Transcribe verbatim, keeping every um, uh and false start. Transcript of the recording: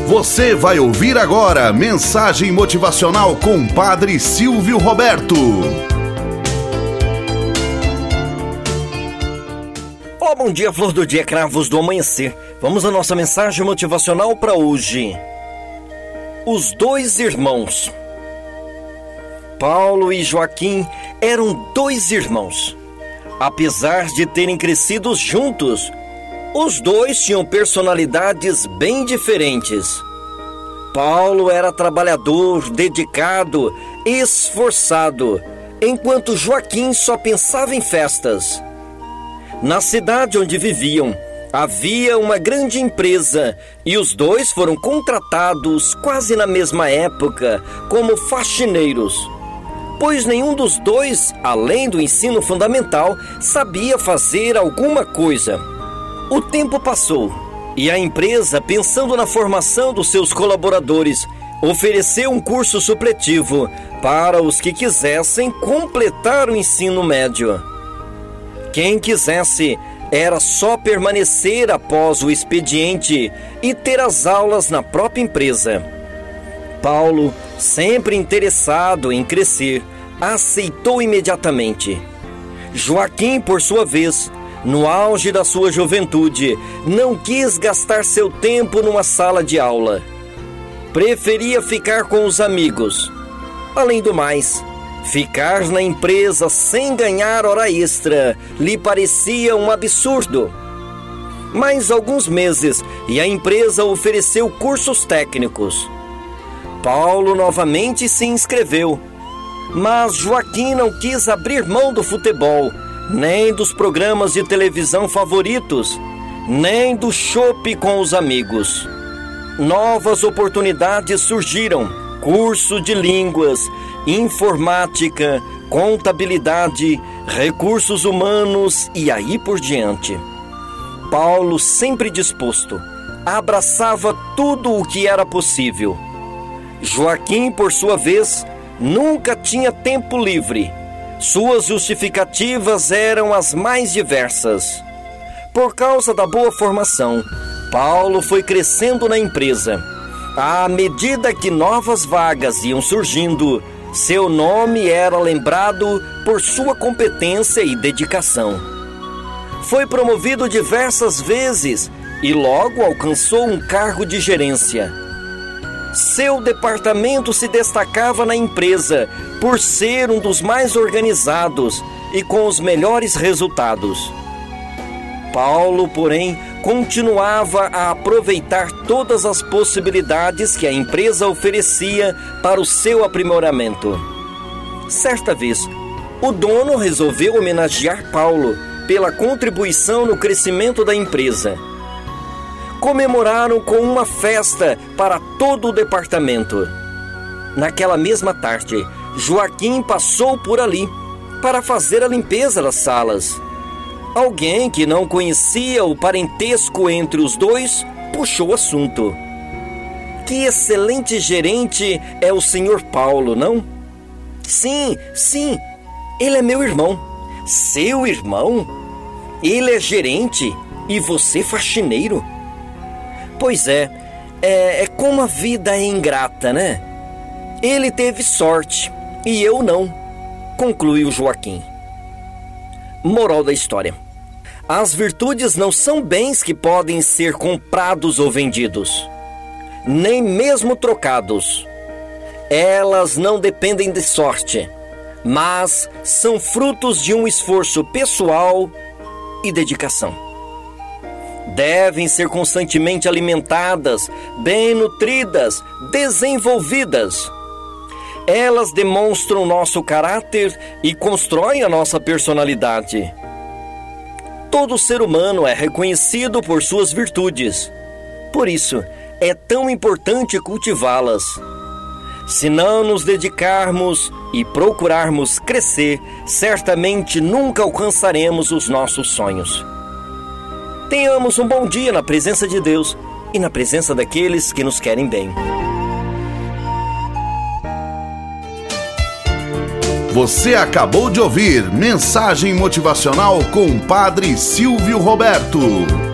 Você vai ouvir agora mensagem motivacional com Padre Silvio Roberto. Olá, bom dia, flor do dia, cravos do amanhecer. Vamos à nossa mensagem motivacional para hoje. Os dois irmãos. Paulo e Joaquim eram dois irmãos. Apesar de terem crescido juntos, os dois tinham personalidades bem diferentes. Paulo era trabalhador, dedicado, esforçado, enquanto Joaquim só pensava em festas. Na cidade onde viviam, havia uma grande empresa e os dois foram contratados quase na mesma época como faxineiros, pois nenhum dos dois, além do ensino fundamental, sabia fazer alguma coisa. O tempo passou e a empresa, pensando na formação dos seus colaboradores, ofereceu um curso supletivo para os que quisessem completar o ensino médio. Quem quisesse era só permanecer após o expediente e ter as aulas na própria empresa. Paulo, sempre interessado em crescer, aceitou imediatamente. Joaquim, por sua vez, no auge da sua juventude, não quis gastar seu tempo numa sala de aula. Preferia ficar com os amigos. Além do mais, ficar na empresa sem ganhar hora extra lhe parecia um absurdo. Mais alguns meses e a empresa ofereceu cursos técnicos. Paulo novamente se inscreveu, mas Joaquim não quis abrir mão do futebol, nem dos programas de televisão favoritos, nem do chopp com os amigos. Novas oportunidades surgiram: curso de línguas, informática, contabilidade, recursos humanos e aí por diante. Paulo, sempre disposto, abraçava tudo o que era possível. Joaquim, por sua vez, nunca tinha tempo livre. Suas justificativas eram as mais diversas. Por causa da boa formação, Paulo foi crescendo na empresa. À medida que novas vagas iam surgindo, seu nome era lembrado por sua competência e dedicação. Foi promovido diversas vezes e logo alcançou um cargo de gerência. Seu departamento se destacava na empresa por ser um dos mais organizados e com os melhores resultados. Paulo, porém, continuava a aproveitar todas as possibilidades que a empresa oferecia para o seu aprimoramento. Certa vez, o dono resolveu homenagear Paulo pela contribuição no crescimento da empresa. Comemoraram com uma festa para todo o departamento. Naquela mesma tarde, Joaquim passou por ali para fazer a limpeza das salas. Alguém que não conhecia o parentesco entre os dois puxou o assunto. Que excelente gerente é o senhor Paulo, não? Sim, sim, ele é meu irmão. Seu irmão? Ele é gerente e você faxineiro? Pois é, é, é como a vida é ingrata, né? Ele teve sorte e eu não, concluiu Joaquim. Moral da história: as virtudes não são bens que podem ser comprados ou vendidos, nem mesmo trocados. Elas não dependem de sorte, mas são frutos de um esforço pessoal e dedicação. Devem ser constantemente alimentadas, bem nutridas, desenvolvidas. Elas demonstram nosso caráter e constroem a nossa personalidade. Todo ser humano é reconhecido por suas virtudes. Por isso, é tão importante cultivá-las. Se não nos dedicarmos e procurarmos crescer, certamente nunca alcançaremos os nossos sonhos. Tenhamos um bom dia na presença de Deus e na presença daqueles que nos querem bem. Você acabou de ouvir Mensagem Motivacional com Padre Silvio Roberto.